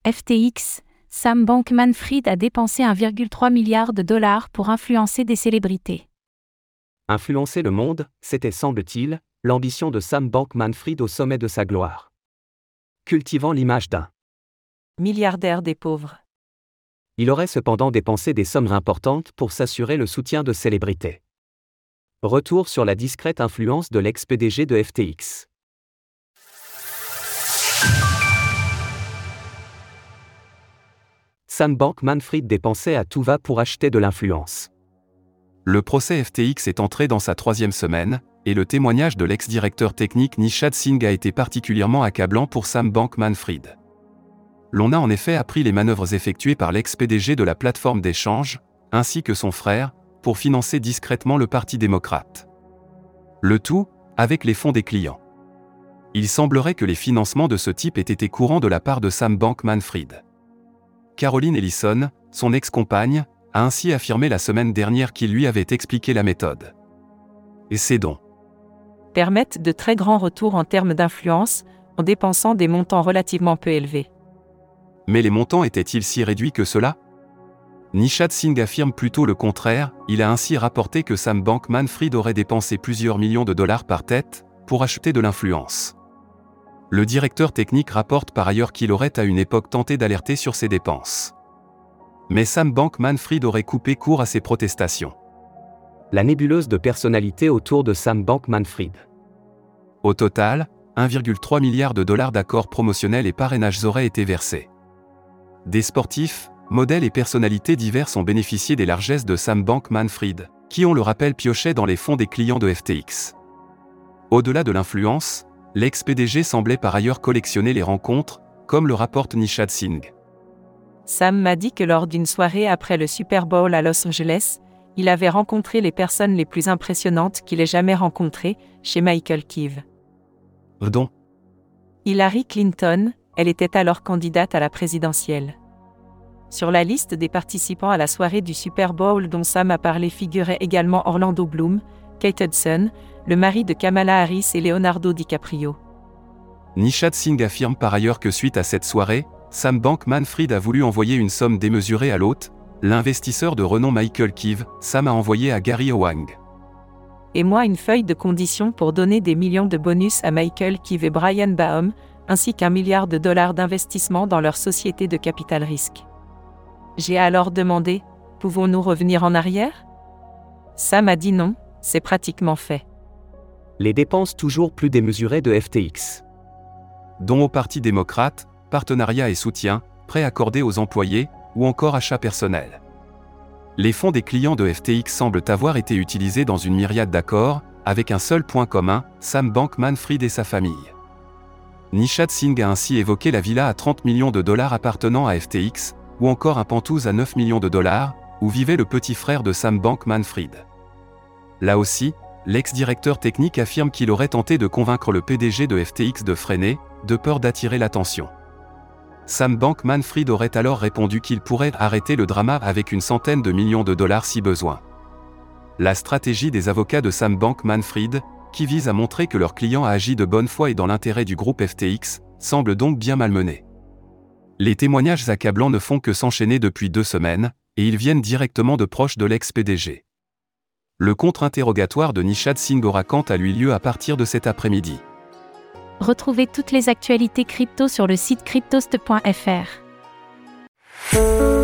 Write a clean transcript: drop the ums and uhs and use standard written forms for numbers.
FTX, Sam Bankman-Fried a dépensé 1,3 milliard de dollars pour influencer des célébrités. Influencer le monde, c'était, semble-t-il, l'ambition de Sam Bankman-Fried au sommet de sa gloire. Cultivant l'image d'un milliardaire des pauvres. Il aurait cependant dépensé des sommes importantes pour s'assurer le soutien de célébrités. Retour sur la discrète influence de l'ex-PDG de FTX. Sam Bankman-Fried dépensait à tout va pour acheter de l'influence. Le procès FTX est entré dans sa 3e semaine, et le témoignage de l'ex-directeur technique Nishad Singh a été particulièrement accablant pour Sam Bankman-Fried. L'on a en effet appris les manœuvres effectuées par l'ex-PDG de la plateforme d'échange, ainsi que son frère, pour financer discrètement le Parti démocrate. Le tout, avec les fonds des clients. Il semblerait que les financements de ce type aient été courants de la part de Sam Bankman-Fried. Caroline Ellison, son ex-compagne, a ainsi affirmé la semaine dernière qu'il lui avait expliqué la méthode. Et ces dons permettent de très grands retours en termes d'influence, en dépensant des montants relativement peu élevés. Mais les montants étaient-ils si réduits que cela ? Nishad Singh affirme plutôt le contraire, il a ainsi rapporté que Sam Bankman-Fried aurait dépensé plusieurs millions de dollars par tête, pour acheter de l'influence. Le directeur technique rapporte par ailleurs qu'il aurait à une époque tenté d'alerter sur ses dépenses. Mais Sam Bankman-Fried aurait coupé court à ses protestations. La nébuleuse de personnalités autour de Sam Bankman-Fried. Au total, 1,3 milliard de dollars d'accords promotionnels et parrainages auraient été versés. Des sportifs, modèles et personnalités diverses ont bénéficié des largesses de Sam Bankman-Fried, qui on le rappelle piochait dans les fonds des clients de FTX. Au-delà de l'influence, l'ex-PDG semblait par ailleurs collectionner les rencontres, comme le rapporte Nishad Singh. Sam m'a dit que lors d'une soirée après le Super Bowl à Los Angeles, il avait rencontré les personnes les plus impressionnantes qu'il ait jamais rencontrées, chez Michael Kive. Pardon ? Hillary Clinton, elle était alors candidate à la présidentielle. Sur la liste des participants à la soirée du Super Bowl dont Sam a parlé figurait également Orlando Bloom, Kate Hudson, le mari de Kamala Harris et Leonardo DiCaprio. Nishad Singh affirme par ailleurs que suite à cette soirée, Sam Bankman-Fried a voulu envoyer une somme démesurée à l'hôte, l'investisseur de renom Michael Kive, Sam a envoyé à Gary Hwang. Et moi une feuille de conditions pour donner des millions de bonus à Michael Kive et Brian Baum, ainsi qu'1 milliard de dollars d'investissement dans leur société de capital risque. J'ai alors demandé, pouvons-nous revenir en arrière ? Sam a dit non, c'est pratiquement fait. Les dépenses toujours plus démesurées de FTX. Dont au Parti démocrate, partenariat et soutien, prêts accordés aux employés, ou encore achats personnels. Les fonds des clients de FTX semblent avoir été utilisés dans une myriade d'accords, avec un seul point commun, Sam Bankman-Fried et sa famille. Nishad Singh a ainsi évoqué la villa à 30 millions de dollars appartenant à FTX, ou encore un penthouse à 9 millions de dollars, où vivait le petit frère de Sam Bankman-Fried. Là aussi, l'ex-directeur technique affirme qu'il aurait tenté de convaincre le PDG de FTX de freiner, de peur d'attirer l'attention. Sam Bankman-Fried aurait alors répondu qu'il pourrait arrêter le drama avec une centaine de millions de dollars si besoin. La stratégie des avocats de Sam Bankman-Fried, qui vise à montrer que leur client a agi de bonne foi et dans l'intérêt du groupe FTX, semble donc bien malmenée. Les témoignages accablants ne font que s'enchaîner depuis 2 semaines, et ils viennent directement de proches de l'ex-PDG. Le contre-interrogatoire de Nishad Singh aura quant à lui lieu à partir de cet après-midi. Retrouvez toutes les actualités crypto sur le site cryptost.fr.